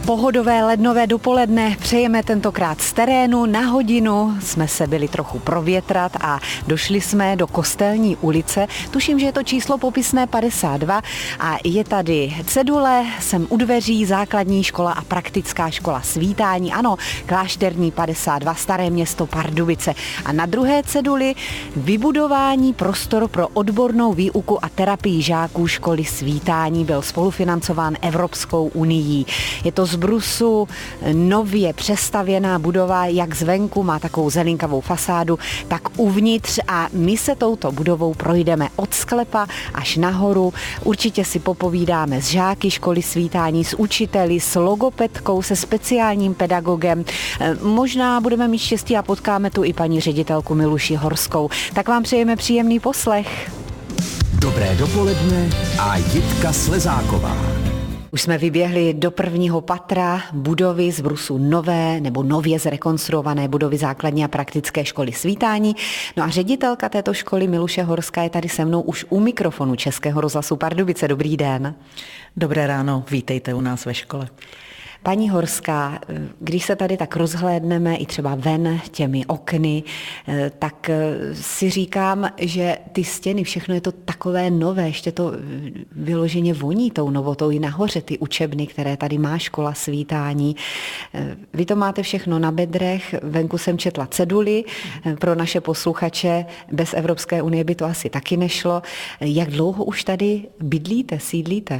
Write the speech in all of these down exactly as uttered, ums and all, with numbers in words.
Pohodové lednové dopoledne přejeme tentokrát z terénu. Na hodinu jsme se byli trochu provětrat a došli jsme do Kostelní ulice. Tuším, že je to číslo popisné padesát dva a je tady cedule, jsem u dveří, základní škola a praktická škola Svítání. Ano, Klášterní padesát dva, Staré Město Pardubice. A na druhé ceduli vybudování prostor pro odbornou výuku a terapii žáků školy Svítání byl spolufinancován Evropskou unií. Je to z brusu nově přestavěná budova, jak zvenku, má takovou zelinkavou fasádu, tak uvnitř a my se touto budovou projdeme od sklepa až nahoru. Určitě si popovídáme s žáky školy Svítání, s učiteli, s logopedkou, se speciálním pedagogem. Možná budeme mít štěstí a potkáme tu i paní ředitelku Miluši Horskou. Tak vám přejeme příjemný poslech. Dobré dopoledne a Jitka Slezáková. Už jsme vyběhli do prvního patra budovy z brusu nové nebo nově zrekonstruované budovy základní a praktické školy Svítání. No a ředitelka této školy Miluše Horská je tady se mnou už u mikrofonu Českého rozhlasu Pardubice. Dobrý den. Dobré ráno, vítejte u nás ve škole. Paní Horská, když se tady tak rozhlédneme i třeba ven těmi okny, tak si říkám, že ty stěny, všechno je to takové nové, ještě to vyloženě voní tou novotou i nahoře, ty učebny, které tady má škola Svítání. Vy to máte všechno na bedrech, venku jsem četla ceduly, pro naše posluchače bez Evropské unie by to asi taky nešlo. Jak dlouho už tady bydlíte, sídlíte?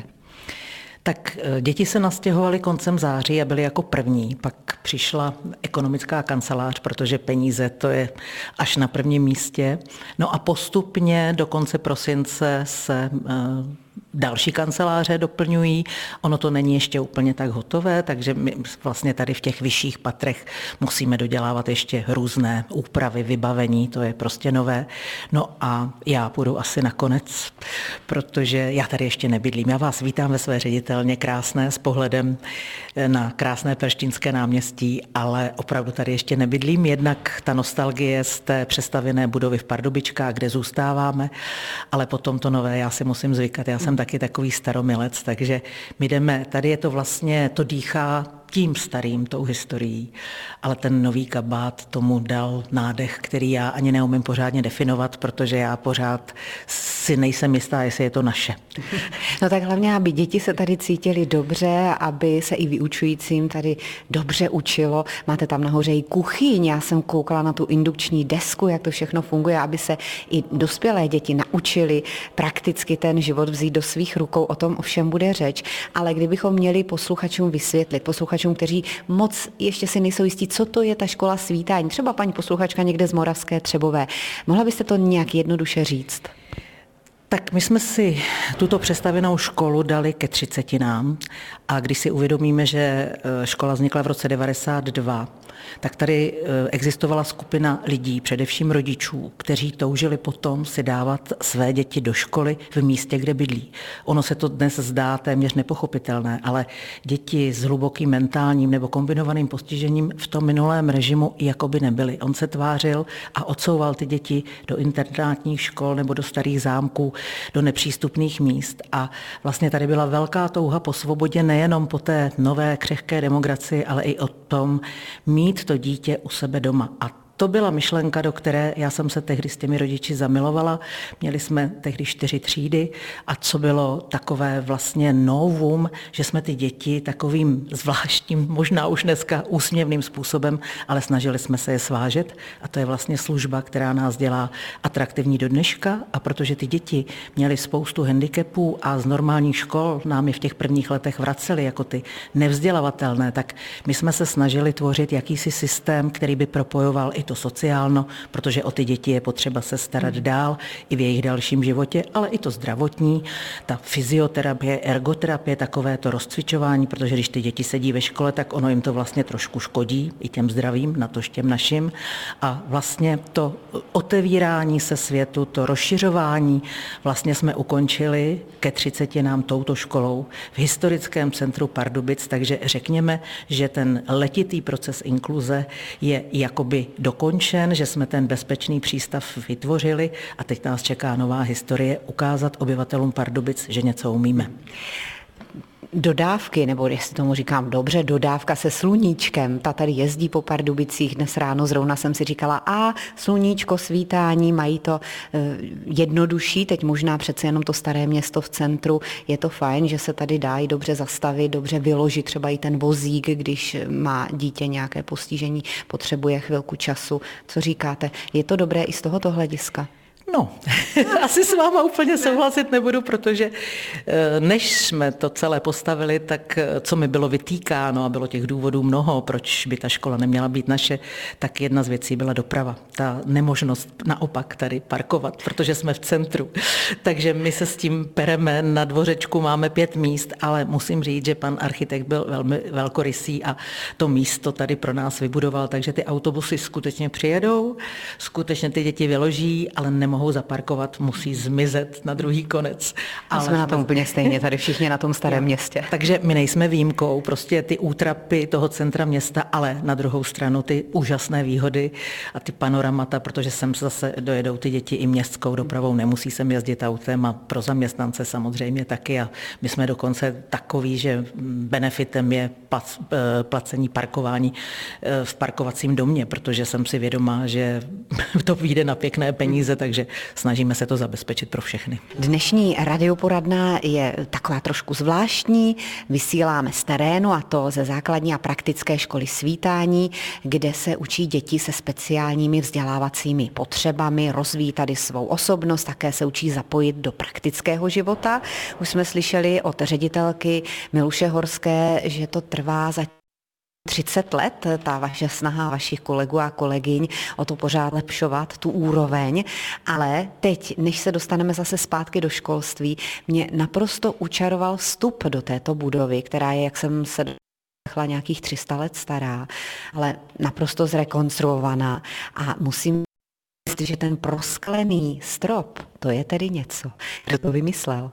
Tak děti se nastěhovaly koncem září a byly jako první. Pak přišla ekonomická kancelář, protože peníze to je až na prvním místě. No a postupně do konce prosince se další kanceláře doplňují. Ono to není ještě úplně tak hotové, takže my vlastně tady v těch vyšších patrech musíme dodělávat ještě různé úpravy, vybavení, to je prostě nové. No a já půjdu asi nakonec, protože já tady ještě nebydlím. Já vás vítám ve své ředitelně krásné s pohledem na krásné Perštínské náměstí, ale opravdu tady ještě nebydlím. Jednak ta nostalgie z té přestavěné budovy v Pardubičkách, kde zůstáváme, ale potom to nové, já si musím zvykat. Já jsem taky takový staromilec, takže my jdeme, tady je to vlastně, to dýchá tím starým, tou historií, ale ten nový kabát tomu dal nádech, který já ani neumím pořádně definovat, protože já pořád si nejsem jistá, jestli je to naše. No tak hlavně, aby děti se tady cítili dobře, aby se i vyučujícím tady dobře učilo. Máte tam nahoře i kuchyň, já jsem koukala na tu indukční desku, jak to všechno funguje, aby se i dospělé děti naučili prakticky ten život vzít do svých rukou, o tom ovšem bude řeč, ale kdybychom měli posluchačům vysvětlit, posluchačům, kteří moc ještě si nejsou jistí, co to je ta škola Svítání. Třeba paní posluchačka někde z Moravské Třebové. Mohla byste to nějak jednoduše říct? Tak my jsme si tuto přestavěnou školu dali ke třicetinám a když si uvědomíme, že škola vznikla v roce devadesát dva, tak tady existovala skupina lidí, především rodičů, kteří toužili potom si dávat své děti do školy v místě, kde bydlí. Ono se to dnes zdá téměř nepochopitelné, ale děti s hlubokým mentálním nebo kombinovaným postižením v tom minulém režimu jakoby nebyly. On se tvářil a odsouval ty děti do internátních škol nebo do starých zámků, do nepřístupných míst. A vlastně tady byla velká touha po svobodě nejenom po té nové křehké demokracii, ale i o tom mít to dítě u sebe doma. A to byla myšlenka, do které já jsem se tehdy s těmi rodiči zamilovala. Měli jsme tehdy čtyři třídy a co bylo takové vlastně novum, že jsme ty děti takovým zvláštním, možná už dneska úsměvným způsobem, ale snažili jsme se je svážet a to je vlastně služba, která nás dělá atraktivní do dneška a protože ty děti měly spoustu handicapů a z normálních škol nám je v těch prvních letech vraceli jako ty nevzdělavatelné, tak my jsme se snažili tvořit jakýsi systém, který by propojoval i to sociálno, protože o ty děti je potřeba se starat dál i v jejich dalším životě, ale i to zdravotní, ta fyzioterapie, ergoterapie, takové to rozcvičování, protože když ty děti sedí ve škole, tak ono jim to vlastně trošku škodí, i těm zdravým, natož těm našim. A vlastně to otevírání se světu, to rozšiřování, vlastně jsme ukončili ke třicetinám touto školou v historickém centru Pardubic, takže řekněme, že ten letitý proces inkluze je jakoby dokončen, že jsme ten bezpečný přístav vytvořili a teď nás čeká nová historie ukázat obyvatelům Pardubic, že něco umíme. dodávky, nebo jestli tomu říkám dobře, dodávka se sluníčkem, ta tady jezdí po Pardubicích, dnes ráno zrovna jsem si říkala, a sluníčko, svítání, mají to e, jednodušší, teď možná přece jenom to staré město v centru, je to fajn, že se tady dá i dobře zastavit, dobře vyložit třeba i ten vozík, když má dítě nějaké postižení, potřebuje chvilku času. Co říkáte? Je to dobré i z tohoto hlediska? No, asi s váma úplně souhlasit nebudu, protože než jsme to celé postavili, tak co mi bylo vytýkáno, a bylo těch důvodů mnoho, proč by ta škola neměla být naše, tak jedna z věcí byla doprava. Ta nemožnost naopak tady parkovat, protože jsme v centru. Takže my se s tím pereme, na dvořečku máme pět míst, ale musím říct, že pan architekt byl velmi velkorysý a to místo tady pro nás vybudoval, takže ty autobusy skutečně přijedou, skutečně ty děti vyloží, ale nemohou zaparkovat, musí zmizet na druhý konec. A ale jsme na tom úplně stejně, tady všichni na tom starém městě. Takže my nejsme výjimkou, prostě ty útrapy toho centra města, ale na druhou stranu ty úžasné výhody a ty panoramata, protože sem zase dojedou ty děti i městskou dopravou, nemusí sem jezdit autem a pro zaměstnance samozřejmě taky a my jsme dokonce takový, že benefitem je placení parkování v parkovacím domě, protože jsem si vědomá, že to vyjde na pěkné peníze, takže snažíme se to zabezpečit pro všechny. Dnešní radioporadna je taková trošku zvláštní. Vysíláme z terénu, a to ze základní a praktické školy Svítání, kde se učí děti se speciálními vzdělávacími potřebami, rozvíjí tady svou osobnost, také se učí zapojit do praktického života. Už jsme slyšeli od ředitelky Miluše Horské, že to trvá za třicet let, ta vaše snaha vašich kolegů a kolegyň o to pořád lepšovat, tu úroveň, ale teď, než se dostaneme zase zpátky do školství, mě naprosto učaroval vstup do této budovy, která je, jak jsem se řekla, nějakých tři sta let stará, ale naprosto zrekonstruovaná a musím říct, že ten prosklený strop, to je tedy něco. Kdo to vymyslel?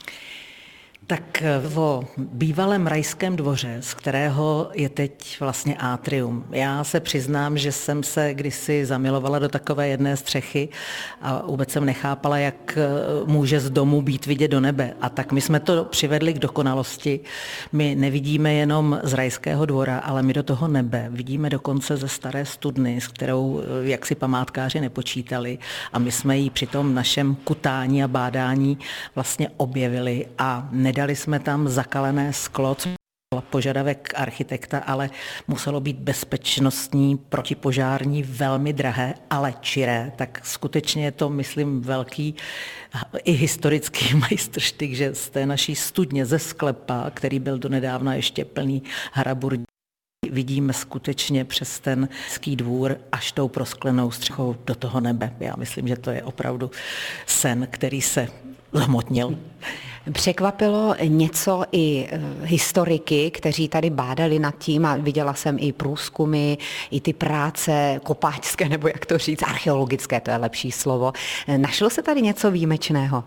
Tak o bývalém Rajském dvoře, z kterého je teď vlastně atrium. Já se přiznám, že jsem se kdysi zamilovala do takové jedné střechy a vůbec jsem nechápala, jak může z domu být vidět do nebe. A tak my jsme to přivedli k dokonalosti. My nevidíme jenom z Rajského dvora, ale my do toho nebe vidíme dokonce ze staré studny, s kterou jaksi památkáři nepočítali. A my jsme ji při tom našem kutání a bádání vlastně objevili a nedali Dali jsme tam zakalené sklo, co byl požadavek architekta, ale muselo být bezpečnostní, protipožární, velmi drahé, ale čiré. Tak skutečně je to, myslím, velký i historický majstrštyk, že z té naší studně ze sklepa, který byl donedávna ještě plný haraburdí, vidíme skutečně přes ten ský dvůr až tou prosklenou střechou do toho nebe. Já myslím, že to je opravdu sen, který se zhmotnil. Překvapilo něco i historiky, kteří tady bádali nad tím a viděla jsem i průzkumy, i ty práce kopáčské, nebo jak to říct, archeologické, to je lepší slovo. Našlo se tady něco výjimečného?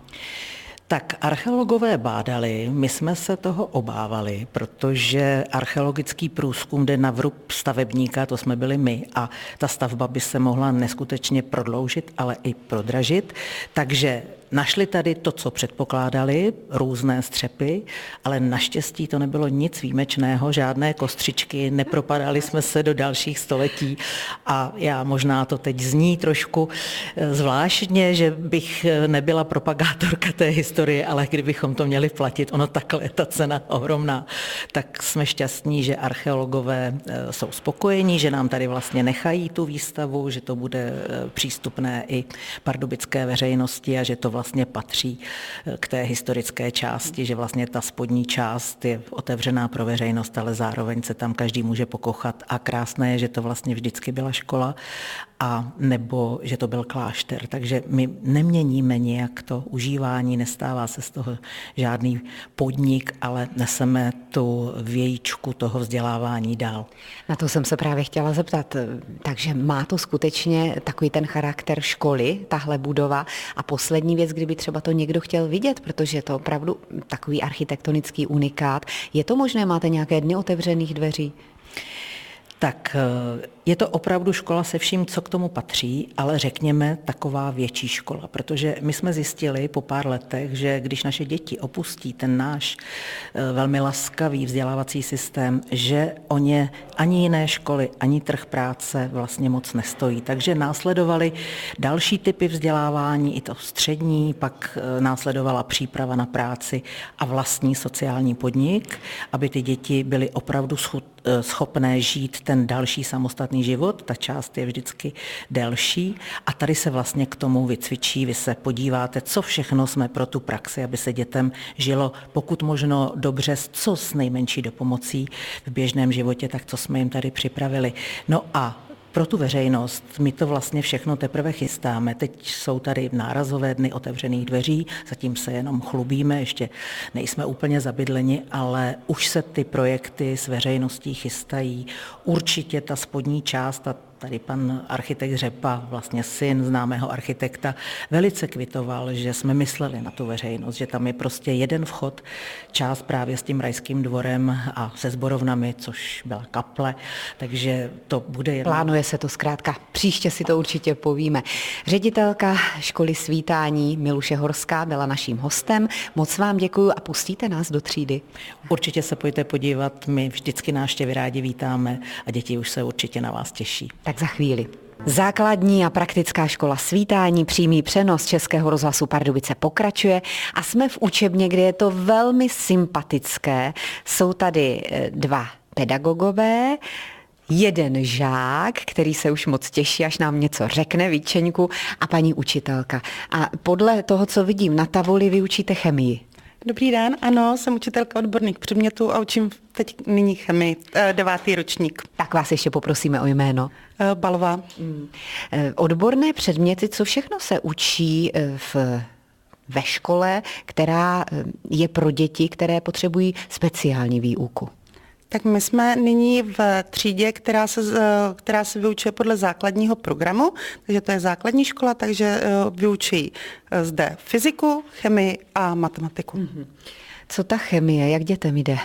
Tak archeologové bádali, my jsme se toho obávali, protože archeologický průzkum jde na vrub stavebníka, to jsme byli my, a ta stavba by se mohla neskutečně prodloužit, ale i prodražit, takže našli tady to, co předpokládali, různé střepy, ale naštěstí to nebylo nic výjimečného, žádné kostřičky, nepropadali jsme se do dalších století a já možná to teď zní trošku zvláštně, že bych nebyla propagátorka té historie, ale kdybychom to měli platit, ono takhle je ta cena ohromná, tak jsme šťastní, že archeologové jsou spokojení, že nám tady vlastně nechají tu výstavu, že to bude přístupné i pardubické veřejnosti a že to vlastně patří k té historické části, že vlastně ta spodní část je otevřená pro veřejnost, ale zároveň se tam každý může pokochat a krásné je, že to vlastně vždycky byla škola a nebo že to byl klášter, takže my neměníme nijak to užívání, nestává se z toho žádný podnik, ale neseme tu vějíčku toho vzdělávání dál. Na to jsem se právě chtěla zeptat, takže má to skutečně takový ten charakter školy, tahle budova a poslední věc, kdyby třeba to někdo chtěl vidět, protože je to opravdu takový architektonický unikát. Je to možné, máte nějaké dny otevřených dveří? Tak Je to opravdu škola se vším, co k tomu patří, ale řekněme taková větší škola, protože my jsme zjistili po pár letech, že když naše děti opustí ten náš velmi laskavý vzdělávací systém, že o ně ani jiné školy, ani trh práce vlastně moc nestojí. Takže následovaly další typy vzdělávání, i to střední, pak následovala příprava na práci a vlastní sociální podnik, aby ty děti byly opravdu schopné žít ten další samostatný život, ta část je vždycky delší a tady se vlastně k tomu vycvičí, vy se podíváte, co všechno jsme pro tu praxi, aby se dětem žilo pokud možno dobře, co s nejmenší dopomocí v běžném životě, tak co jsme jim tady připravili. No a pro tu veřejnost my to vlastně všechno teprve chystáme. Teď jsou tady nárazové dny otevřených dveří, zatím se jenom chlubíme, ještě nejsme úplně zabydleni, ale už se ty projekty s veřejností chystají. Určitě ta spodní část, a tady pan architekt Řepa, vlastně syn známého architekta, velice kvitoval, že jsme mysleli na tu veřejnost, že tam je prostě jeden vchod, část právě s tím rajským dvorem a se sborovnami, což byla kaple, takže to bude jedno. Plánuje se to zkrátka. Příště si to určitě povíme. Ředitelka školy Svítání Miluše Horská byla naším hostem. Moc vám děkuju a pustíte nás do třídy. Určitě se pojďte podívat, my vždycky návštěvy rádi vítáme a děti už se určitě na vás těší. Tak za chvíli. Základní a praktická škola Svítání, přímý přenos Českého rozhlasu Pardubice pokračuje a jsme v učebně, kde je to velmi sympatické. Jsou tady dva pedagogové, jeden žák, který se už moc těší, až nám něco řekne, Vítčeňku, a paní učitelka. A podle toho, co vidím na tabuli, vy učíte chemii. Dobrý den, ano, jsem učitelka odborných předmětů a učím teď nyní chemii, devátý ročník. Tak vás ještě poprosíme o jméno. Balová. Hmm. Odborné předměty, co všechno se učí v, ve škole, která je pro děti, které potřebují speciální výuku? Tak my jsme nyní v třídě, která se, která se vyučuje podle základního programu, takže to je základní škola, takže vyučují zde fyziku, chemii a matematiku. Mm-hmm. Co ta chemie, jak dětem jde?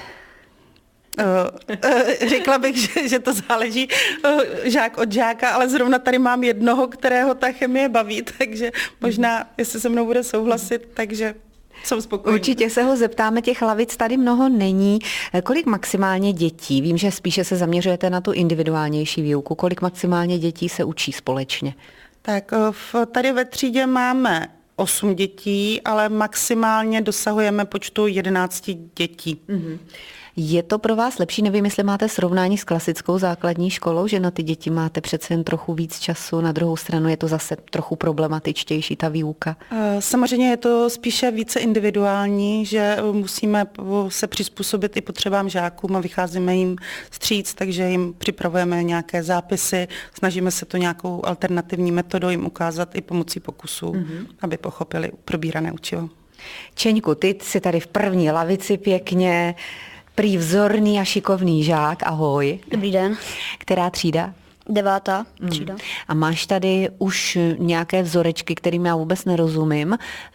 Uh, uh, řekla bych, že, že to záleží uh, žák od žáka, ale zrovna tady mám jednoho, kterého ta chemie baví, takže možná, jestli se mnou bude souhlasit, takže jsou spokojení. Určitě se ho zeptáme, těch lavic tady mnoho není. Kolik maximálně dětí, vím, že spíše se zaměřujete na tu individuálnější výuku, kolik maximálně dětí se učí společně? Tak v, tady ve třídě máme osm dětí, ale maximálně dosahujeme počtu jedenácti dětí. Mm-hmm. Je to pro vás lepší, nevím, jestli máte srovnání s klasickou základní školou, že na ty děti máte přece jen trochu víc času, na druhou stranu je to zase trochu problematičtější ta výuka? Samozřejmě je to spíše více individuální, že musíme se přizpůsobit i potřebám žákům a vycházíme jim vstříc, takže jim připravujeme nějaké zápisy, snažíme se to nějakou alternativní metodou jim ukázat i pomocí pokusů, mm-hmm. aby pochopili probírané učivo. Čeňku, ty jsi tady v první lavici pěkně, prý vzorný a šikovný žák, ahoj. Dobrý den. Která třída? Devátá třída. Mm. A máš tady už nějaké vzorečky, kterým já vůbec nerozumím.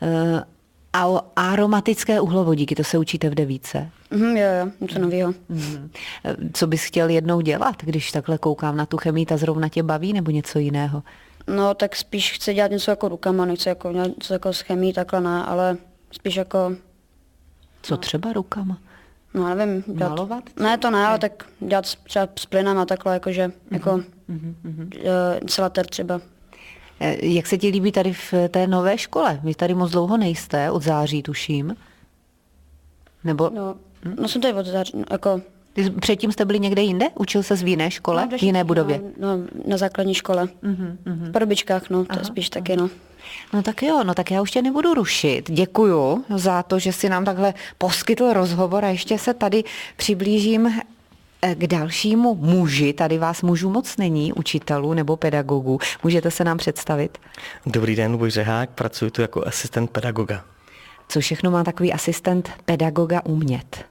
A aromatické uhlovodíky, to se učíte v devíce? Mm, jo, jo, něco novýho. Mm. Co bys chtěl jednou dělat, když takhle koukám na tu chemii, ta zrovna tě baví, nebo něco jiného? No, tak spíš chci dělat něco jako rukama, nechci jako něco jako s chemií, takhle ne, ale spíš jako... Co třeba rukama? No, nevím. Dělat, malovat? Ne, to ne, ale tak dělat třeba s plynem a takhle, jakože, mm-hmm. jako mm-hmm. uh, instalatér třeba. Jak se ti líbí tady v té nové škole? Vy tady moc dlouho nejste, od září tuším. Nebo... No, hm? no jsem tady od září, jako... Ty předtím jste byli někde jinde? Učil se v jiné škole, no, v jiné budově? No, no, na základní škole. Mm-hmm, mm-hmm. V Pardubičkách, no, to aha, je spíš aha. taky, no. No tak jo, no tak já už tě nebudu rušit. Děkuju za to, že si nám takhle poskytl rozhovor a ještě se tady přiblížím k dalšímu muži. Tady vás mužů moc není, učitelů nebo pedagogů. Můžete se nám představit? Dobrý den, Luboš Řehák, pracuji tu jako asistent pedagoga. Co všechno má takový asistent pedagoga umět?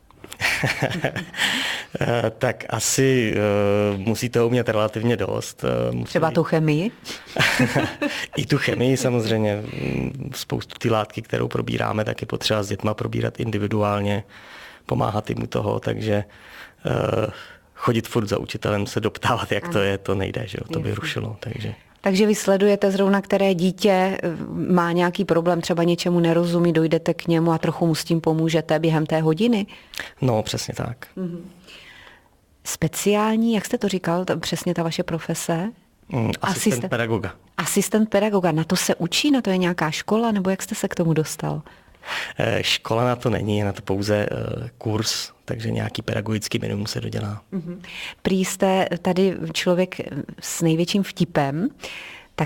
Tak asi uh, musíte umět relativně dost. Uh, musí... Třeba tu chemii? I tu chemii samozřejmě. Spoustu ty látky, kterou probíráme, tak je potřeba s dětma probírat individuálně, pomáhat jim u toho, takže uh, chodit furt za učitelem, se doptávat, jak to je, to nejde, že jo, to by rušilo, takže... Takže vy sledujete zrovna, které dítě má nějaký problém, třeba něčemu nerozumí, dojdete k němu a trochu mu s tím pomůžete během té hodiny? No, přesně tak. Mm-hmm. Speciální, jak jste to říkal, ta, přesně ta vaše profese? Mm, asistent, asistent pedagoga. Asistent pedagoga, na to se učí, na to je nějaká škola, nebo jak jste se k tomu dostal? Škola na to není, je na to pouze kurz, takže nějaký pedagogický minimum se dodělá. Mm-hmm. Prý jste tady člověk s největším vtipem, tak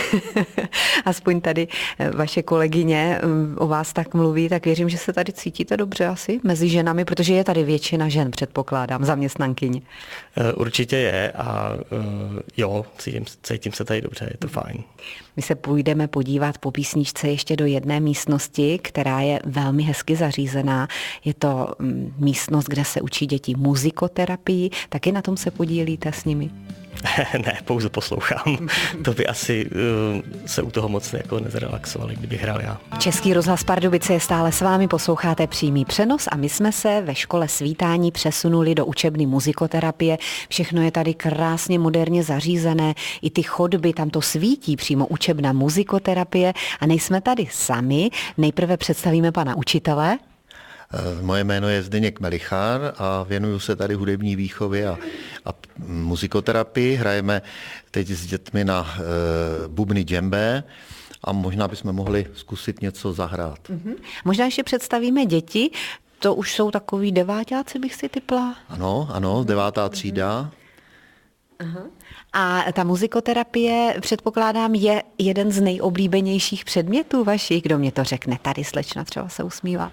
aspoň tady vaše kolegyně o vás tak mluví, tak věřím, že se tady cítíte dobře asi mezi ženami, protože je tady většina žen, předpokládám, zaměstnankyň. Určitě je a jo, cítím, cítím se tady dobře, je to fajn. My se půjdeme podívat po písničce ještě do jedné místnosti, která je velmi hezky zařízená. Je to místnost, kde se učí děti muzikoterapii, taky na tom se podílíte s nimi? Ne, pouze poslouchám. To by asi uh, se u toho moc jako nezrelaxovali, kdybych hrál já. Český rozhlas Pardubice je stále s vámi, posloucháte přímý přenos a my jsme se ve škole Svítání přesunuli do učebny muzikoterapie. Všechno je tady krásně moderně zařízené, i ty chodby, tam to svítí, přímo učebna muzikoterapie a nejsme tady sami. Nejprve představíme pana učitele. Moje jméno je Zdeněk Melichár a věnuju se tady hudební výchově a, a muzikoterapii. Hrajeme teď s dětmi na e, bubny džembe a možná bychom mohli zkusit něco zahrát. Mm-hmm. Možná ještě představíme děti, to už jsou takový deváťáci, bych si tipla. Ano, ano, devátá třída. Aha. A ta muzikoterapie, předpokládám, je jeden z nejoblíbenějších předmětů vašich. Kdo mě to řekne? Tady slečna třeba se usmívá.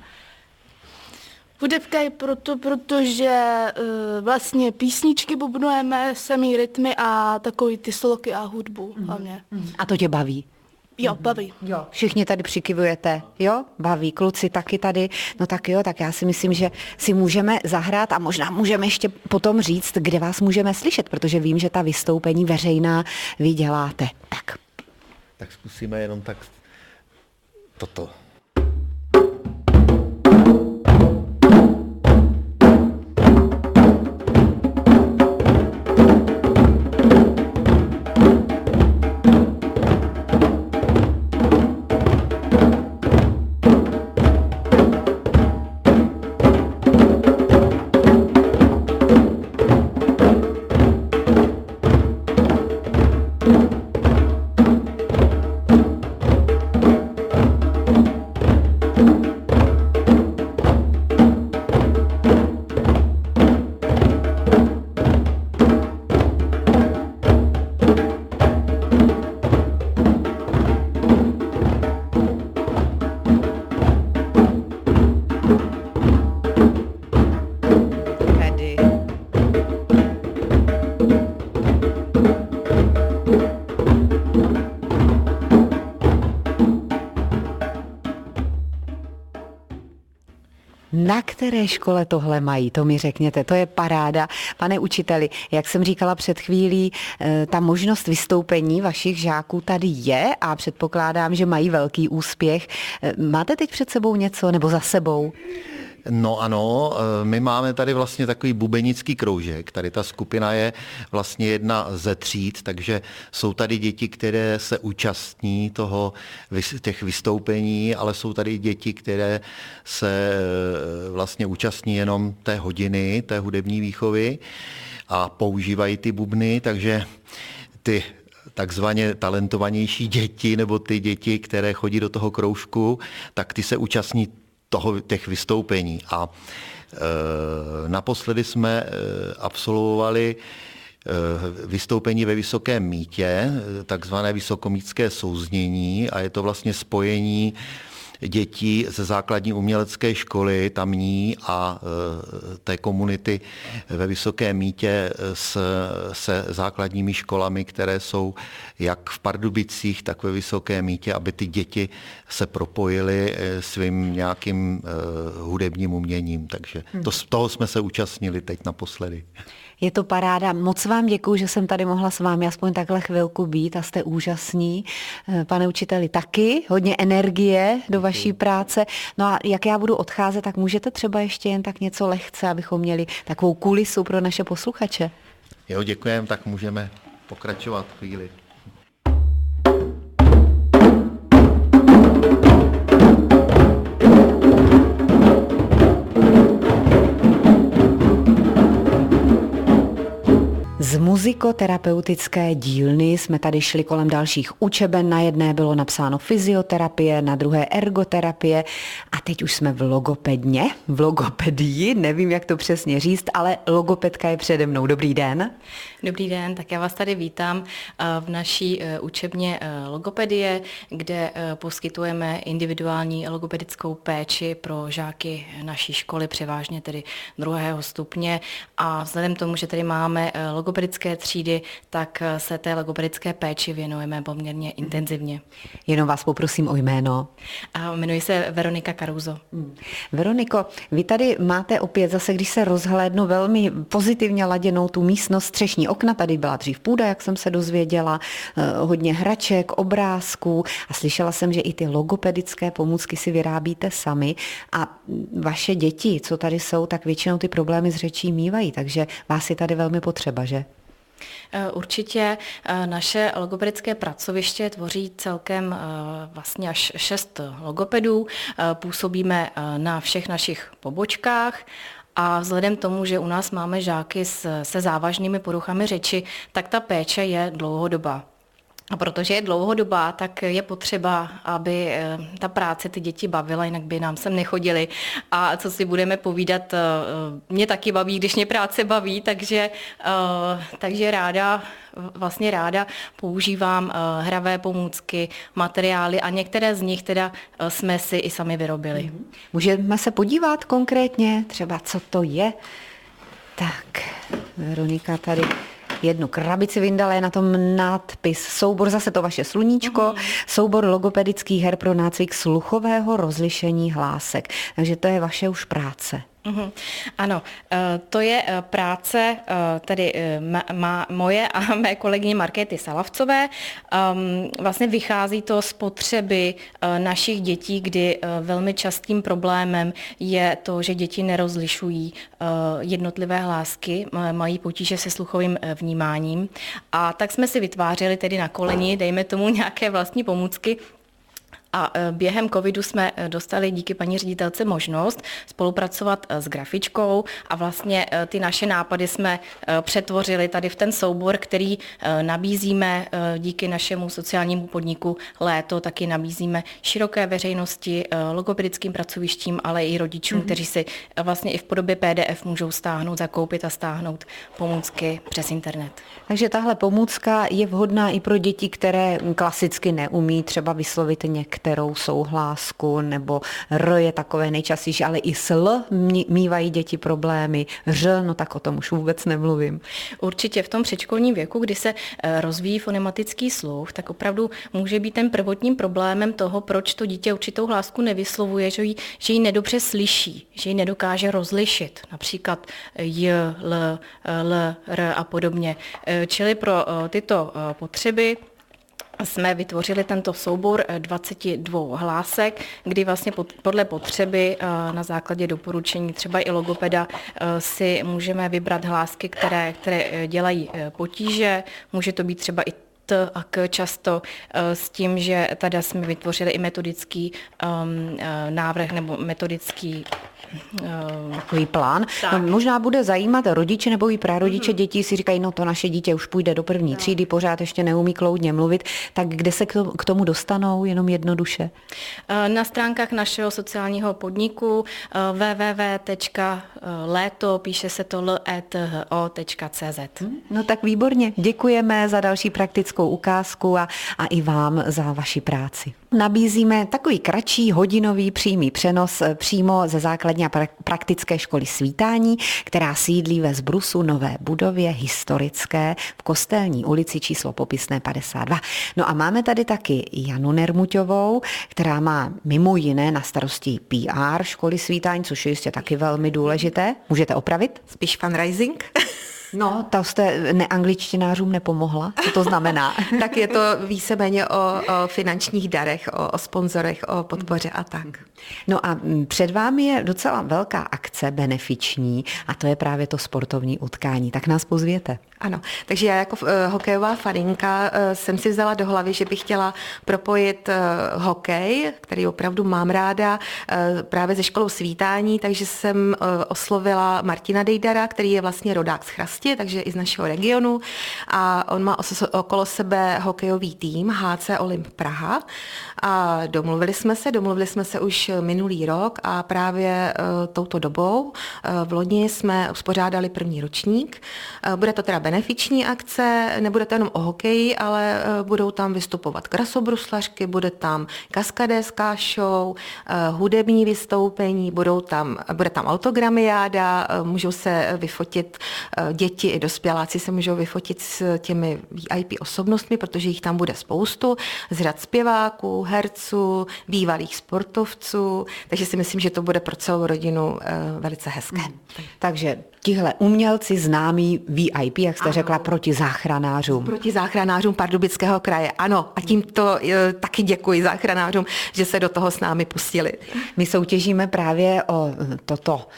Hudebka je proto, protože uh, vlastně písničky bubnujeme, samý rytmy a takový ty sloky a hudbu mm. hlavně. A to tě baví? Jo, baví. Jo. Všichni tady přikivujete, jo? Baví, kluci taky tady. No tak jo, tak já si myslím, že si můžeme zahrát a možná můžeme ještě potom říct, kde vás můžeme slyšet, protože vím, že ta vystoupení veřejná vy děláte. Tak. Tak zkusíme jenom tak toto. Na které škole tohle mají, to mi řekněte, to je paráda. Pane učiteli, jak jsem říkala před chvílí, ta možnost vystoupení vašich žáků tady je a předpokládám, že mají velký úspěch. Máte teď před sebou něco nebo za sebou? No ano, my máme tady vlastně takový bubenický kroužek. Tady ta skupina je vlastně jedna ze tříd, takže jsou tady děti, které se účastní toho, těch vystoupení, ale jsou tady děti, které se vlastně účastní jenom té hodiny, té hudební výchovy a používají ty bubny, takže ty takzvaně talentovanější děti nebo ty děti, které chodí do toho kroužku, tak ty se účastní toho, těch vystoupení. A e, naposledy jsme e, absolvovali e, vystoupení ve Vysokém Mýtě, takzvané vysokomýtské souznění, a je to vlastně spojení dětí ze základní umělecké školy tamní a e, té komunity ve Vysokém Mýtě s, se základními školami, které jsou jak v Pardubicích, tak ve Vysokém Mýtě, aby ty děti se propojily svým nějakým e, hudebním uměním. Takže to, toho jsme se účastnili teď naposledy. Je to paráda. Moc vám děkuju, že jsem tady mohla s vámi aspoň takhle chvilku být a jste úžasní. Pane učiteli, taky hodně energie do vaší práce. No a jak já budu odcházet, tak můžete třeba ještě jen tak něco lehce, abychom měli takovou kulisu pro naše posluchače. Jo, děkujem, tak můžeme pokračovat chvíli. Z muzikoterapeutické dílny jsme tady šli kolem dalších učeben. Na jedné bylo napsáno fyzioterapie, na druhé ergoterapie a teď už jsme v logopedně, v logopedii, nevím, jak to přesně říct, ale logopedka je přede mnou. Dobrý den. Dobrý den, tak já vás tady vítám v naší učebně logopedie, kde poskytujeme individuální logopedickou péči pro žáky naší školy, převážně tedy druhého stupně, a vzhledem k tomu, že tady máme logopedické třídy, tak se té logopedické péči věnujeme poměrně intenzivně. Jenom vás poprosím o jméno. A jmenuji se Veronika Caruso. Hmm. Veroniko, vy tady máte opět zase, když se rozhlédnu, velmi pozitivně laděnou tu místnost, střešní okna, tady byla dřív půda, jak jsem se dozvěděla, hodně hraček, obrázků a slyšela jsem, že i ty logopedické pomůcky si vyrábíte sami a vaše děti, co tady jsou, tak většinou ty problémy s řečí mívají, takže vás je tady velmi potřeba, že? Určitě naše logopedické pracoviště tvoří celkem vlastně až šest logopedů, působíme na všech našich pobočkách. A vzhledem k tomu, že u nás máme žáky se závažnými poruchami řeči, tak ta péče je dlouhodobá. A protože je dlouhodobá, tak je potřeba, aby ta práce ty děti bavila, jinak by nám sem nechodili. A co si budeme povídat, mě taky baví, když mě práce baví, takže, takže ráda, vlastně ráda používám hravé pomůcky, materiály a některé z nich teda jsme si i sami vyrobili. Můžeme se podívat konkrétně, třeba co to je? Tak, Veronika tady jednu krabici vyndala, je na tom nápis soubor, zase to vaše sluníčko, uhum. soubor logopedických her pro nácvik sluchového rozlišení hlásek. Takže to je vaše už práce. Uhum. Ano, to je práce tedy má moje a mé kolegyně Markéty Salavcové. Vlastně vychází to z potřeby našich dětí, kdy velmi častým problémem je to, že děti nerozlišují jednotlivé hlásky, mají potíže se sluchovým vnímáním. A tak jsme si vytvářeli tedy na koleni, dejme tomu nějaké vlastní pomůcky. A během covidu jsme dostali díky paní ředitelce možnost spolupracovat s grafičkou a vlastně ty naše nápady jsme přetvořili tady v ten soubor, který nabízíme díky našemu sociálnímu podniku Léto, taky nabízíme široké veřejnosti, logopedickým pracovištím, ale i rodičům, mm-hmm. kteří si vlastně i v podobě P D F můžou stáhnout, zakoupit a stáhnout pomůcky přes internet. Takže tahle pomůcka je vhodná i pro děti, které klasicky neumí třeba vyslovit některé kterou souhlásku, nebo R je takové nejčastější, ale i s L mívají děti problémy, Ř, no tak o tom už vůbec nemluvím. Určitě v tom předškolním věku, kdy se rozvíjí fonematický sluch, tak opravdu může být ten prvotním problémem toho, proč to dítě určitou hlásku nevyslovuje, že ji, že ji nedobře slyší, že ji nedokáže rozlišit, například J, L, L, R a podobně. Čili pro tyto potřeby jsme vytvořili tento soubor dvaceti dvou hlásek, kdy vlastně podle potřeby na základě doporučení třeba i logopeda si můžeme vybrat hlásky, které, které dělají potíže. Může to být třeba i T a K často, s tím, že tady jsme vytvořili i metodický um, návrh nebo metodický takový plán. No, možná bude zajímat rodiče nebo i prarodiče mm-hmm. dětí, si říkají, no to naše dítě už půjde do první no. třídy, pořád ještě neumí kloudně mluvit, tak kde se k tomu dostanou, jenom jednoduše? Na stránkách našeho sociálního podniku w w w tečka léto, píše se to l e t h o tečka c z. No tak výborně, děkujeme za další praktickou ukázku a, a i vám za vaši práci. Nabízíme takový kratší hodinový přímý přenos přímo ze základní a praktické školy Svítání, která sídlí ve Zbrusu nové budově historické v Kostelní ulici číslo popisné padesát dva. No a máme tady taky Janu Nermuťovou, která má mimo jiné na starosti P R školy Svítání, což je jistě taky velmi důležité. Můžete opravit? Spíš fundraising. No, ta jste neangličtinářům nepomohla. Co to znamená? Tak je to víceméně o, o finančních darech, o, o sponzorech, o podpoře a tak. No a před vámi je docela velká akce benefiční a to je právě to sportovní utkání. Tak nás pozvěte. Ano, takže já jako uh, hokejová faninka uh, jsem si vzala do hlavy, že bych chtěla propojit uh, hokej, který opravdu mám ráda, uh, právě ze školou svítání, takže jsem uh, oslovila Martina Dejdara, který je vlastně rodák z Chrasti, takže i z našeho regionu a on má os- okolo sebe hokejový tým H C Olymp Praha a domluvili jsme se, domluvili jsme se už minulý rok a právě uh, touto dobou uh, v loni jsme uspořádali první ročník. Uh, bude to teda benefiční akce, nebude to jenom o hokeji, ale budou tam vystupovat krasobruslařky, bude tam kaskadérská show, hudební vystoupení, budou tam, bude tam autogramiáda, můžou se vyfotit děti i dospěláci se můžou vyfotit s těmi V I P osobnostmi, protože jich tam bude spoustu, z řad zpěváků, herců, bývalých sportovců, takže si myslím, že to bude pro celou rodinu velice hezké. Hmm. Takže tihle umělci známí V I P, jak jste ano. řekla, proti záchranářům. Proti záchranářům Pardubického kraje, ano. A tímto e, taky děkuji záchranářům, že se do toho s námi pustili. My soutěžíme právě o toto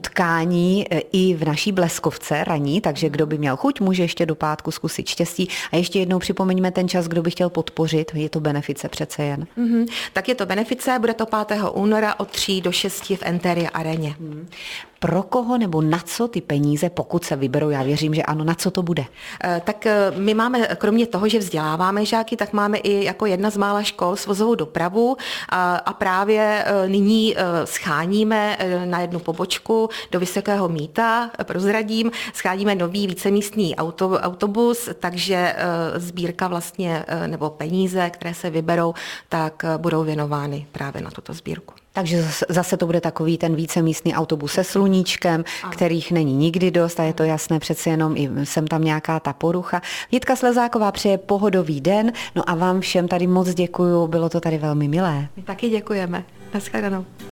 utkání i v naší Bleskovce raní, takže kdo by měl chuť, může ještě do pátku zkusit štěstí. A ještě jednou připomeňme ten čas, kdo by chtěl podpořit, je to benefice přece jen. Mm-hmm. Tak je to benefice, bude to pátého února od tří do šesti v Enteria aréně. Mm. Pro koho nebo na co ty peníze, pokud se vyberou, já věřím, že ano, na co to bude? Tak my máme, kromě toho, že vzděláváme žáky, tak máme i jako jedna z mála škol svozovou dopravu a, a právě nyní scháníme na jednu pobočku do Vysokého Mýta, prozradím, scháníme nový vícemístný auto, autobus, takže sbírka vlastně, nebo peníze, které se vyberou, tak budou věnovány právě na tuto sbírku. Takže zase to bude takový ten vícemístný autobus se sluníčkem, ano. kterých není nikdy dost a je to jasné, přeci jenom i sem tam nějaká ta porucha. Jitka Slezáková přeje pohodový den, no a vám všem tady moc děkuju, bylo to tady velmi milé. My taky děkujeme. Naschledanou.